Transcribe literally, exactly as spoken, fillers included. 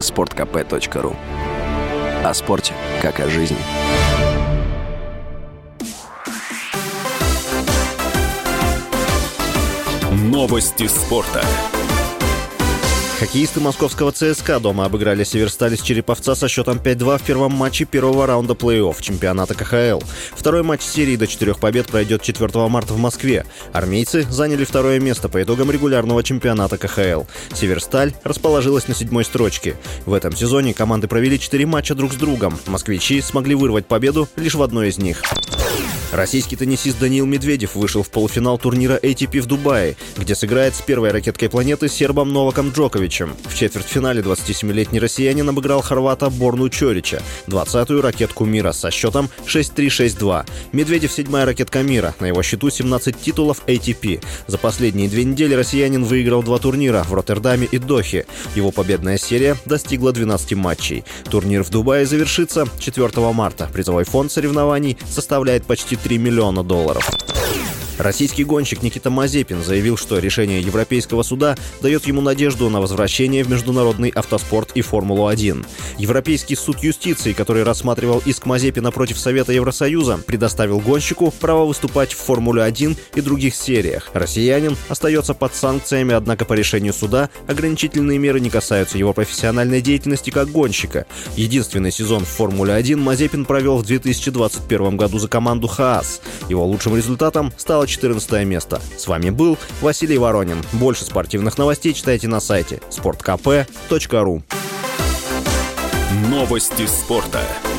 спорт ка пэ точка ру. О спорте, как о жизни. Новости спорта. Хоккеисты московского ЦСКА дома обыграли Северсталь из Череповца со счетом пять-два в первом матче первого раунда плей-офф чемпионата ка ха эл. Второй матч серии до четырех побед пройдет четвёртого марта в Москве. Армейцы заняли второе место по итогам регулярного чемпионата ка ха эл. Северсталь расположилась на седьмой строчке. В этом сезоне команды провели четыре матча друг с другом. Москвичи смогли вырвать победу лишь в одной из них. Российский теннисист Даниил Медведев вышел в полуфинал турнира эй ти пи в Дубае, где сыграет с первой ракеткой планеты сербом Новаком Джоковичем. В четвертьфинале двадцатисемилетний россиянин обыграл хорвата Борну Чорича, двадцатую ракетку мира, со счетом шесть-три шесть-два. Медведев — седьмая ракетка мира, на его счету семнадцать титулов эй ти пи. За последние две недели россиянин выиграл два турнира в Роттердаме и Дохе. Его победная серия достигла двенадцати матчей. Турнир в Дубае завершится четвёртого марта. Призовой фонд соревнований составляет почти три миллиона долларов. Российский гонщик Никита Мазепин заявил, что решение Европейского суда дает ему надежду на возвращение в международный автоспорт и Формулу один. Европейский суд юстиции, который рассматривал иск Мазепина против Совета Евросоюза, предоставил гонщику право выступать в Формуле один и других сериях. Россиянин остается под санкциями, однако по решению суда ограничительные меры не касаются его профессиональной деятельности как гонщика. Единственный сезон в Формуле один Мазепин провел в две тысячи двадцать первом году за команду ХААС. Его лучшим результатом стало четырнадцатое место. С вами был Василий Воронин. Больше спортивных новостей читайте на сайте спорт ка пэ точка ру. Новости спорта.